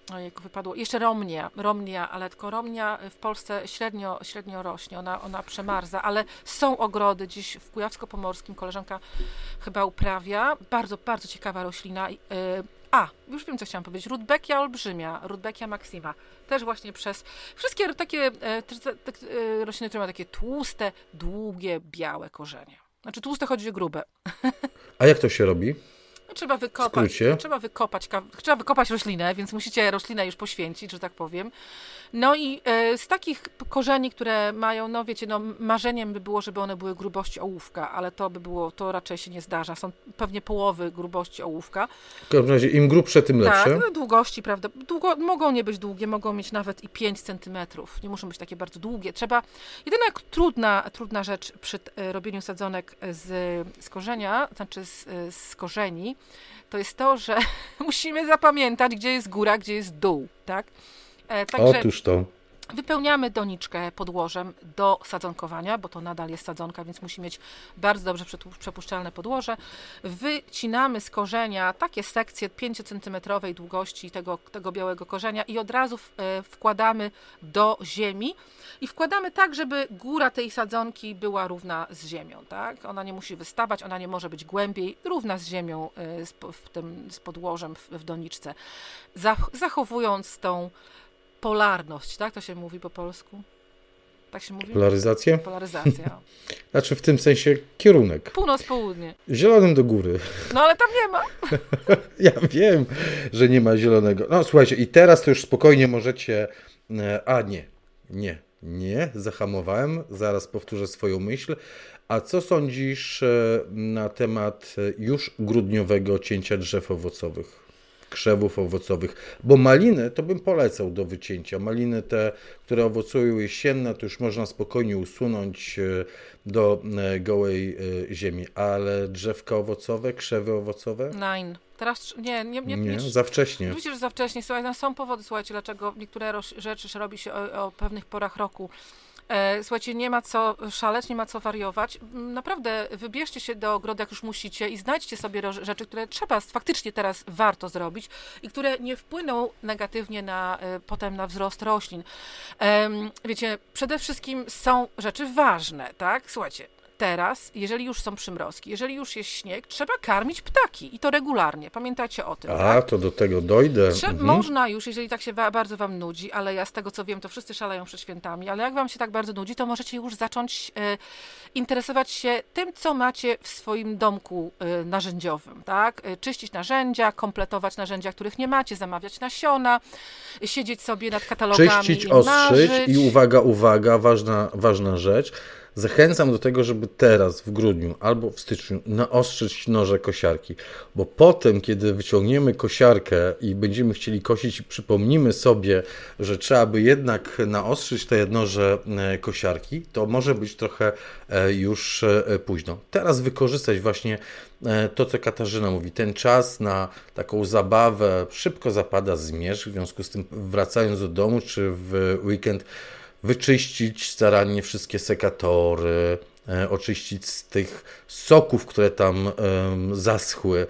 ojejku, wypadło, jeszcze romnia, ale tylko romnia w Polsce średnio rośnie, ona przemarza, ale są ogrody gdzieś w Kujawsko-Pomorskim, koleżanka chyba uprawia, bardzo, bardzo ciekawa roślina. Już wiem, co chciałam powiedzieć. Rudbeckia olbrzymia, Rudbeckia maxima. Też właśnie przez wszystkie takie rośliny, które mają takie tłuste, długie, białe korzenie. Znaczy tłuste chodzi o grube. A jak to się robi? Trzeba wykopać roślinę, więc musicie roślinę już poświęcić, że tak powiem. No i z takich korzeni, które mają, no wiecie, no marzeniem by było, żeby one były grubości ołówka, ale to raczej się nie zdarza. Są pewnie połowy grubości ołówka. W każdym razie im grubsze, tym lepsze. Tak, no, długości, prawda. Mogą nie być długie, mogą mieć nawet i 5 centymetrów. Nie muszą być takie bardzo długie. Jedyna trudna rzecz przy robieniu sadzonek z korzenia, znaczy z korzeni, to jest to, że musimy zapamiętać, gdzie jest góra, gdzie jest dół, tak? Także otóż to. wypełniamy doniczkę podłożem do sadzonkowania, bo to nadal jest sadzonka, więc musi mieć bardzo dobrze przepuszczalne podłoże. Wycinamy z korzenia takie sekcje 5-centymetrowej długości tego białego korzenia i od razu wkładamy do ziemi i wkładamy tak, żeby góra tej sadzonki była równa z ziemią. Tak? Ona nie musi wystawać, ona nie może być głębiej, równa z ziemią, z podłożem w doniczce, zachowując tą polarność, tak to się mówi po polsku? Tak się mówi? Polaryzację? Polaryzacja. Znaczy w tym sensie kierunek. Północ-południe. Zielonym do góry. No ale tam nie ma. Ja wiem, że nie ma zielonego. No słuchajcie, i teraz to już spokojnie możecie... Nie, zahamowałem. Zaraz powtórzę swoją myśl. A co sądzisz na temat już grudniowego cięcia drzew owocowych? Krzewów owocowych, bo maliny to bym polecał do wycięcia. Maliny te, które owocują jesienne, to już można spokojnie usunąć do gołej ziemi, ale drzewka owocowe, krzewy owocowe? Nein. Teraz nie, za wcześnie. Oczywiście, że za wcześnie. Słuchajcie, są powody, słuchajcie, dlaczego niektóre rzeczy robi się o pewnych porach roku. Słuchajcie, nie ma co szaleć, nie ma co wariować. Naprawdę wybierzcie się do ogrodu, jak już musicie i znajdźcie sobie rzeczy, które faktycznie teraz warto zrobić i które nie wpłyną negatywnie potem na wzrost roślin. Wiecie, przede wszystkim są rzeczy ważne, tak? Słuchajcie, teraz, jeżeli już są przymrozki, jeżeli już jest śnieg, trzeba karmić ptaki i to regularnie. Pamiętajcie o tym. Tak? To do tego dojdę. Można już, jeżeli tak się bardzo wam nudzi, ale ja z tego co wiem, to wszyscy szaleją przed świętami, ale jak wam się tak bardzo nudzi, to możecie już zacząć interesować się tym, co macie w swoim domku narzędziowym, tak? Czyścić narzędzia, kompletować narzędzia, których nie macie, zamawiać nasiona, siedzieć sobie nad katalogami czyścić, i ostrzyć marzyć. I uwaga, ważna rzecz. Zachęcam do tego, żeby teraz w grudniu albo w styczniu naostrzyć noże kosiarki, bo potem, kiedy wyciągniemy kosiarkę i będziemy chcieli kosić i przypomnimy sobie, że trzeba by jednak naostrzyć te noże kosiarki, to może być trochę już późno. Teraz wykorzystać właśnie to, co Katarzyna mówi, ten czas na taką zabawę, szybko zapada zmierzch, w związku z tym wracając do domu czy w weekend, wyczyścić starannie wszystkie sekatory, oczyścić z tych soków, które tam zaschły,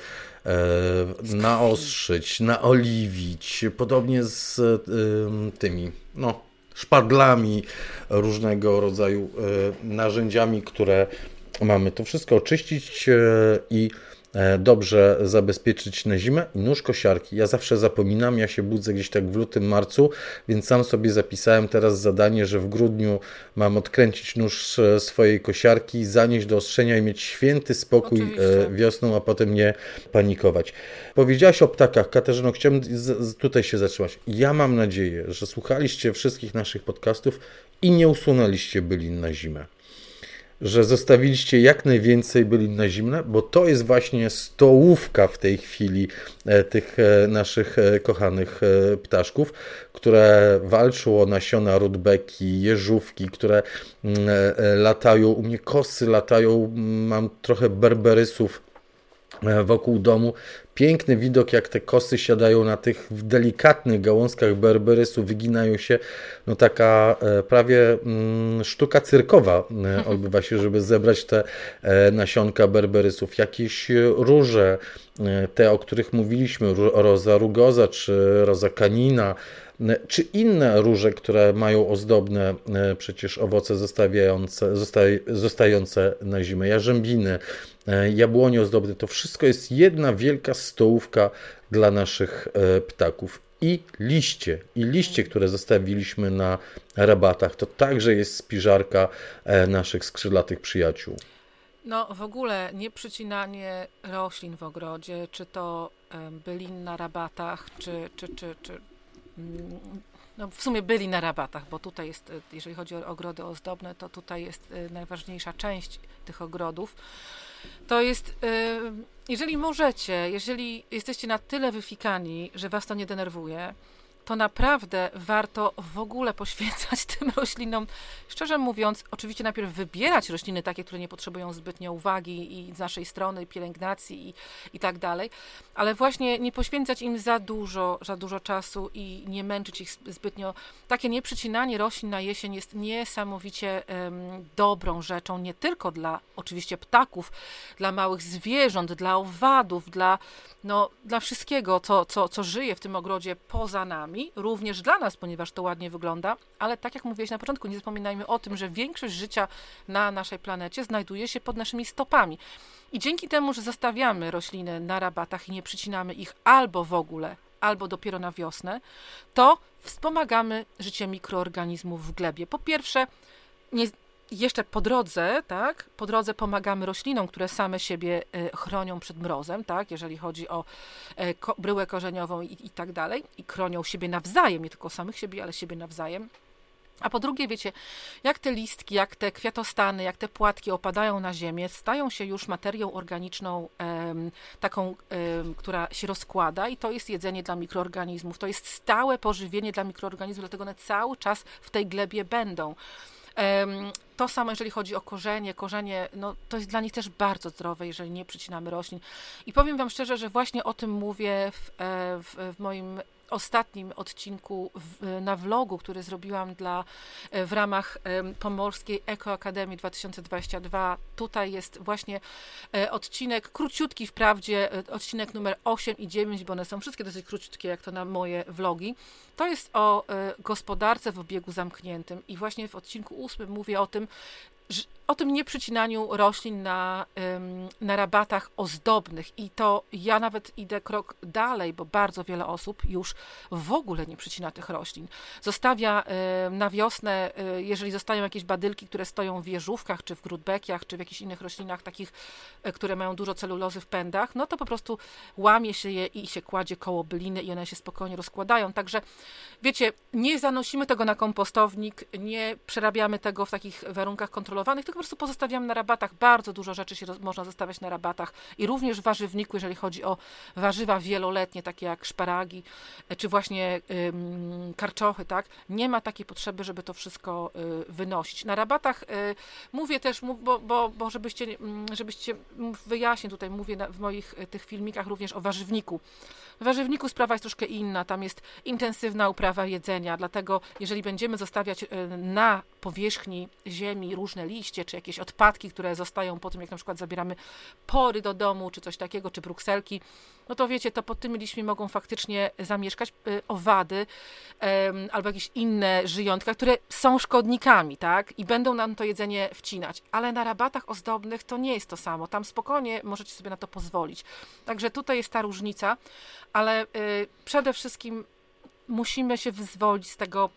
naostrzyć, naoliwić, podobnie z tymi szpadlami, różnego rodzaju narzędziami, które mamy. To wszystko oczyścić i dobrze zabezpieczyć na zimę i nóż kosiarki. Ja zawsze zapominam, ja się budzę gdzieś tak w lutym, marcu, więc sam sobie zapisałem teraz zadanie, że w grudniu mam odkręcić nóż swojej kosiarki, zanieść do ostrzenia i mieć święty spokój wiosną, a potem nie panikować. Powiedziałaś o ptakach. Katarzyno, chciałem tutaj się zatrzymać. Ja mam nadzieję, że słuchaliście wszystkich naszych podcastów i nie usunęliście bylin na zimę. Że zostawiliście jak najwięcej bylin na zimne, bo to jest właśnie stołówka w tej chwili tych naszych kochanych ptaszków, które walczą o nasiona rudbeki, jeżówki, które latają, u mnie kosy latają, mam trochę berberysów wokół domu. Piękny widok, jak te kosy siadają na tych delikatnych gałązkach berberysu, wyginają się. No taka prawie sztuka cyrkowa odbywa się, żeby zebrać te nasionka berberysów. Jakieś róże, te, o których mówiliśmy, roza rugosa czy roza canina, czy inne róże, które mają ozdobne przecież owoce zostające na zimę, jarzębiny, jabłonie ozdobne, to wszystko jest jedna wielka stołówka dla naszych ptaków. I liście, które zostawiliśmy na rabatach, to także jest spiżarka naszych skrzydlatych przyjaciół. No w ogóle nieprzycinanie roślin w ogrodzie, czy to bylin na rabatach, czy no w sumie byli na rabatach, bo tutaj jest, jeżeli chodzi o ogrody ozdobne, to tutaj jest najważniejsza część tych ogrodów. To jest, jeżeli możecie, jeżeli jesteście na tyle wyfikani, że was to nie denerwuje, to naprawdę warto w ogóle poświęcać tym roślinom, szczerze mówiąc, oczywiście najpierw wybierać rośliny takie, które nie potrzebują zbytnio uwagi i z naszej strony, pielęgnacji i tak dalej, ale właśnie nie poświęcać im za dużo czasu i nie męczyć ich zbytnio. Takie nieprzycinanie roślin na jesień jest niesamowicie dobrą rzeczą, nie tylko dla oczywiście ptaków, dla małych zwierząt, dla owadów, dla wszystkiego, co żyje w tym ogrodzie poza nami, również dla nas, ponieważ to ładnie wygląda, ale tak jak mówiłeś na początku, nie zapominajmy o tym, że większość życia na naszej planecie znajduje się pod naszymi stopami. I dzięki temu, że zostawiamy rośliny na rabatach i nie przycinamy ich albo w ogóle, albo dopiero na wiosnę, to wspomagamy życie mikroorganizmów w glebie. Po pierwsze, jeszcze po drodze, tak? Po drodze pomagamy roślinom, które same siebie chronią przed mrozem, tak? Jeżeli chodzi o bryłę korzeniową i tak dalej. I chronią siebie nawzajem, nie tylko samych siebie, ale siebie nawzajem. A po drugie, wiecie, jak te listki, jak te kwiatostany, jak te płatki opadają na ziemię, stają się już materią organiczną, taką, która się rozkłada i to jest jedzenie dla mikroorganizmów. To jest stałe pożywienie dla mikroorganizmów, dlatego one cały czas w tej glebie będą. To samo, jeżeli chodzi o korzenie, no, to jest dla nich też bardzo zdrowe, jeżeli nie przycinamy roślin. I powiem wam szczerze, że właśnie o tym mówię w moim ostatnim odcinku na vlogu, który zrobiłam w ramach Pomorskiej Ekoakademii 2022. Tutaj jest właśnie odcinek, króciutki wprawdzie, odcinek numer 8 i 9, bo one są wszystkie dosyć króciutkie, jak to na moje vlogi. To jest o gospodarce w obiegu zamkniętym i właśnie w odcinku 8 mówię o tym nieprzycinaniu roślin na rabatach ozdobnych i to ja nawet idę krok dalej, bo bardzo wiele osób już w ogóle nie przycina tych roślin. Zostawia na wiosnę, jeżeli zostają jakieś badylki, które stoją w jeżówkach, czy w grudbekiach, czy w jakichś innych roślinach takich, które mają dużo celulozy w pędach, no to po prostu łamie się je i się kładzie koło byliny i one się spokojnie rozkładają. Także wiecie, nie zanosimy tego na kompostownik, nie przerabiamy tego w takich warunkach kontrolowanych, tylko po prostu pozostawiamy na rabatach. Bardzo dużo rzeczy można zostawiać na rabatach i również w warzywniku, jeżeli chodzi o warzywa wieloletnie, takie jak szparagi, czy właśnie karczochy, tak? Nie ma takiej potrzeby, żeby to wszystko wynosić. Na rabatach mówię też, bo żebyście wyjaśnię, tutaj mówię w moich tych filmikach również o warzywniku. W warzywniku sprawa jest troszkę inna, tam jest intensywna uprawa jedzenia, dlatego jeżeli będziemy zostawiać na powierzchni ziemi różne liście, czy jakieś odpadki, które zostają po tym, jak na przykład zabieramy pory do domu, czy coś takiego, czy brukselki, no to wiecie, to pod tymi liśćmi mogą faktycznie zamieszkać owady albo jakieś inne żyjątka, które są szkodnikami, tak? I będą nam to jedzenie wcinać. Ale na rabatach ozdobnych to nie jest to samo. Tam spokojnie możecie sobie na to pozwolić. Także tutaj jest ta różnica, ale przede wszystkim musimy się wyzwolić z tego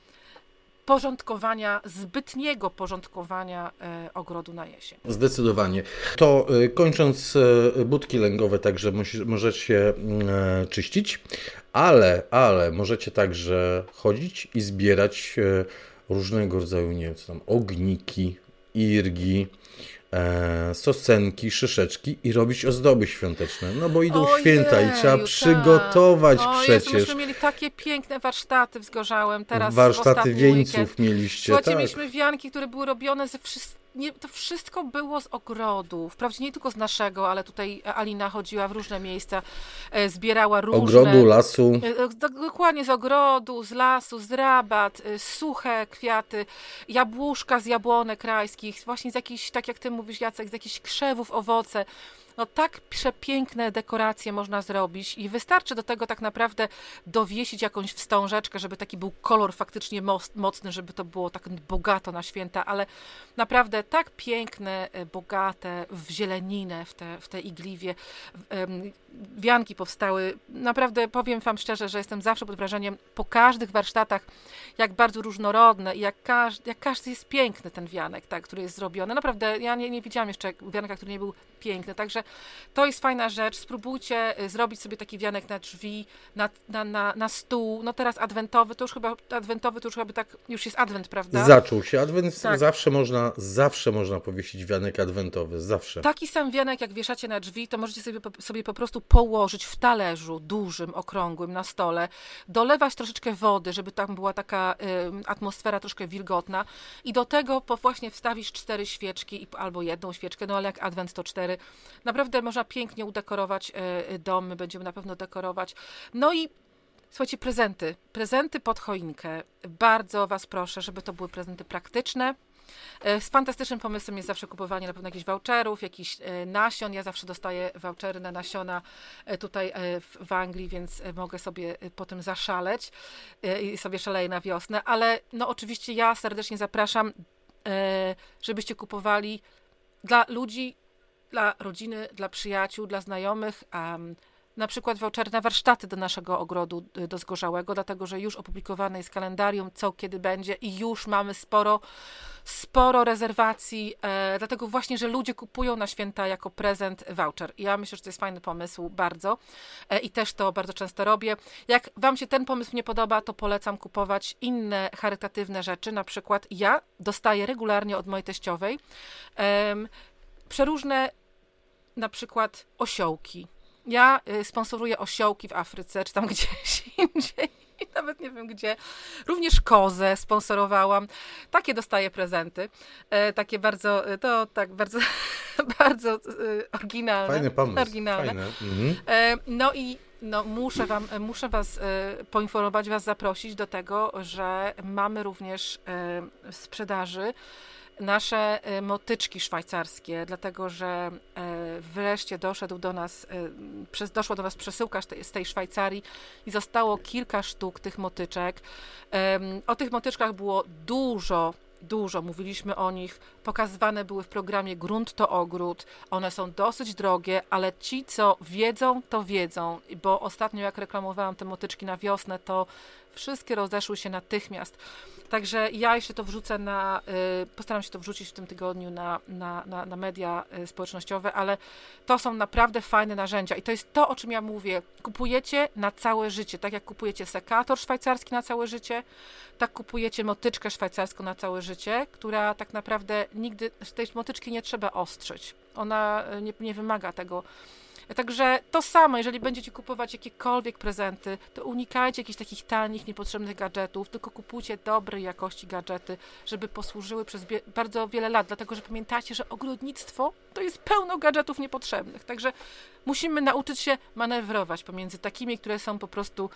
zbytniego porządkowania ogrodu na jesień. Zdecydowanie. To kończąc, budki lęgowe także możecie czyścić, ale możecie także chodzić i zbierać różnego rodzaju, nie wiem co tam, ogniki, irgi, sosenki, szyszeczki i robić ozdoby świąteczne. No bo idą święta i trzeba przygotować przecież. Myśmy mieli takie piękne warsztaty w Zgorzałem. Teraz warsztaty wieńców mieliście. Słuchajcie, tak. mieliśmy wianki, które były robione ze to wszystko było z ogrodu. Wprawdzie nie tylko z naszego, ale tutaj Alina chodziła w różne miejsca, zbierała różne... Ogrodu, lasu. Dokładnie, z ogrodu, z lasu, z rabat, suche kwiaty, jabłuszka z jabłonek rajskich, właśnie z jakichś, tak jak ty mówisz, Jacek, z jakichś krzewów, owoce. No tak przepiękne dekoracje można zrobić i wystarczy do tego tak naprawdę dowiesić jakąś wstążeczkę, żeby taki był kolor faktycznie mocny, żeby to było tak bogato na święta, ale naprawdę tak piękne, bogate w zieleninę, w te igliwie. Wianki powstały. Naprawdę powiem wam szczerze, że jestem zawsze pod wrażeniem po każdych warsztatach, jak bardzo różnorodne i jak każdy jest piękny ten wianek, tak, który jest zrobiony. Naprawdę ja nie widziałam jeszcze wianka, który nie był piękny, także to jest fajna rzecz. Spróbujcie zrobić sobie taki wianek na drzwi, na stół. No teraz adwentowy, to już chyba tak, już jest adwent, prawda? Zaczął się adwent, tak. zawsze można powiesić wianek adwentowy, zawsze. Taki sam wianek, jak wieszacie na drzwi, to możecie sobie po prostu położyć w talerzu dużym, okrągłym na stole, dolewać troszeczkę wody, żeby tam była taka atmosfera troszkę wilgotna i do tego właśnie wstawisz 4 świeczki albo 1 świeczkę, no ale jak adwent to 4. Naprawdę można pięknie udekorować dom, my będziemy na pewno dekorować. No i słuchajcie, prezenty pod choinkę. Bardzo was proszę, żeby to były prezenty praktyczne. Z fantastycznym pomysłem jest zawsze kupowanie na pewno jakichś voucherów, jakichś nasion. Ja zawsze dostaję vouchery na nasiona tutaj w Anglii, więc mogę sobie po tym zaszaleć i sobie szaleję na wiosnę. Ale no oczywiście ja serdecznie zapraszam, żebyście kupowali dla ludzi, dla rodziny, dla przyjaciół, dla znajomych, na przykład vouchery na warsztaty do naszego ogrodu do Zgorzałego, dlatego że już opublikowane jest kalendarium, co kiedy będzie i już mamy sporo rezerwacji, dlatego właśnie, że ludzie kupują na święta jako prezent voucher. Ja myślę, że to jest fajny pomysł, bardzo. I też to bardzo często robię. Jak wam się ten pomysł nie podoba, to polecam kupować inne charytatywne rzeczy. Na przykład ja dostaję regularnie od mojej teściowej przeróżne na przykład osiołki. Ja sponsoruję osiołki w Afryce, czy tam gdzieś indziej, nawet nie wiem gdzie. Również kozę sponsorowałam. Takie dostaję prezenty. Takie bardzo, to tak bardzo, bardzo oryginalne. Fajny pomysł. Oryginalne. No i muszę was poinformować, was zaprosić do tego, że mamy również w sprzedaży nasze motyczki szwajcarskie, dlatego że wreszcie doszła do nas przesyłka z tej Szwajcarii i zostało kilka sztuk tych motyczek. O tych motyczkach było dużo, mówiliśmy o nich, pokazywane były w programie Grunt to Ogród, one są dosyć drogie, ale ci, co wiedzą, to wiedzą, bo ostatnio jak reklamowałam te motyczki na wiosnę, to wszystkie rozeszły się natychmiast. Także ja jeszcze to wrzucę postaram się to wrzucić w tym tygodniu na media społecznościowe, ale to są naprawdę fajne narzędzia i to jest to, o czym ja mówię. Kupujecie na całe życie, tak jak kupujecie sekator szwajcarski na całe życie, tak kupujecie motyczkę szwajcarską na całe życie, która tak naprawdę nigdy, z tej motyczki nie trzeba ostrzyć. Ona nie wymaga tego. Także to samo, jeżeli będziecie kupować jakiekolwiek prezenty, to unikajcie jakichś takich tanich, niepotrzebnych gadżetów, tylko kupujcie dobrej jakości gadżety, żeby posłużyły przez bardzo wiele lat, dlatego że pamiętajcie, że ogrodnictwo to jest pełno gadżetów niepotrzebnych, także musimy nauczyć się manewrować pomiędzy takimi, które są po prostu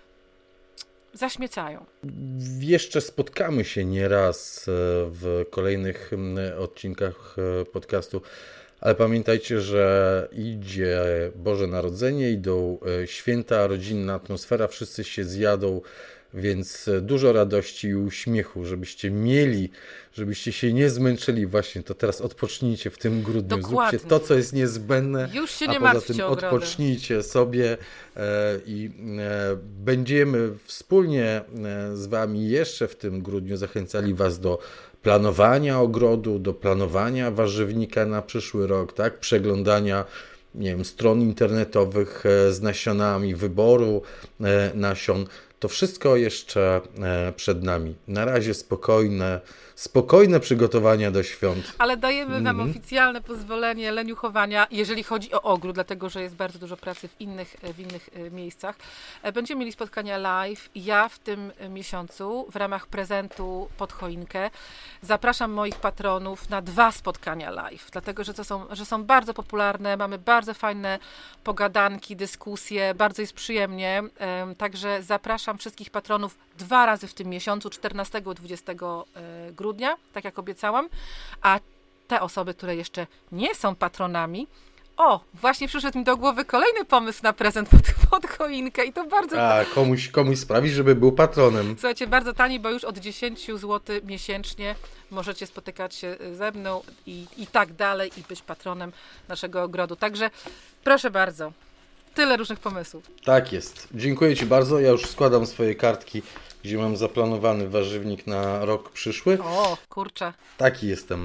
zaśmiecają. Jeszcze spotkamy się nieraz w kolejnych odcinkach podcastu, ale pamiętajcie, że idzie Boże Narodzenie, idą święta, rodzinna atmosfera, wszyscy się zjadą, więc dużo radości i uśmiechu, żebyście się nie zmęczyli właśnie, to teraz odpocznijcie w tym grudniu, Dokładnie. Zróbcie to, co jest niezbędne, już się nie a poza martwcie tym ogrodem. odpocznijcie sobie i będziemy wspólnie z wami jeszcze w tym grudniu zachęcali was do planowania ogrodu, do planowania warzywnika na przyszły rok, tak? Przeglądania, nie wiem, stron internetowych z nasionami, wyboru nasion. To wszystko jeszcze przed nami. Na razie spokojne przygotowania do świąt. Ale dajemy Wam oficjalne pozwolenie leniuchowania, jeżeli chodzi o ogród, dlatego że jest bardzo dużo pracy w innych miejscach. Będziemy mieli spotkania live. Ja w tym miesiącu w ramach prezentu pod choinkę zapraszam moich patronów na 2 spotkania live, dlatego że są bardzo popularne, mamy bardzo fajne pogadanki, dyskusje, bardzo jest przyjemnie. Także zapraszam wszystkich patronów 2 razy w tym miesiącu, 14 i 20 grudnia, tak jak obiecałam, a te osoby, które jeszcze nie są patronami, właśnie przyszedł mi do głowy kolejny pomysł na prezent pod choinkę i to bardzo... Komuś sprawi, żeby był patronem. Słuchajcie, bardzo tani, bo już od 10 zł miesięcznie możecie spotykać się ze mną i tak dalej i być patronem naszego ogrodu. Także proszę bardzo, tyle różnych pomysłów. Tak jest. Dziękuję Ci bardzo. Ja już składam swoje kartki, gdzie mam zaplanowany warzywnik na rok przyszły. O, kurczę. Taki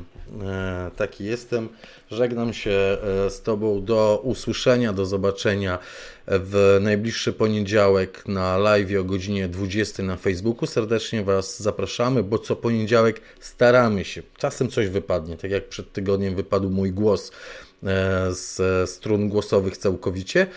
jestem. Żegnam się z Tobą. Do usłyszenia, do zobaczenia w najbliższy poniedziałek na live o godzinie 20 na Facebooku. Serdecznie Was zapraszamy, bo co poniedziałek staramy się. Czasem coś wypadnie, tak jak przed tygodniem wypadł mój głos z strun głosowych całkowicie,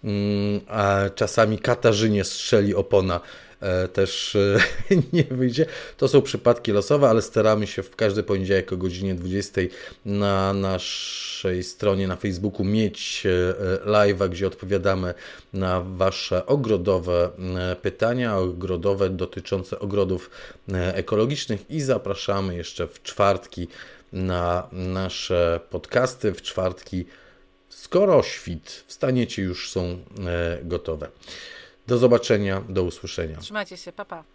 a czasami Katarzynie strzeli opona, też nie wyjdzie. To są przypadki losowe, ale staramy się w każdy poniedziałek o godzinie 20 na naszej stronie na Facebooku mieć live'a, gdzie odpowiadamy na Wasze ogrodowe pytania, ogrodowe dotyczące ogrodów ekologicznych i zapraszamy jeszcze w czwartki na nasze podcasty. W czwartki skoro świt, wstaniecie, już są gotowe. Do zobaczenia, do usłyszenia. Trzymajcie się, pa pa.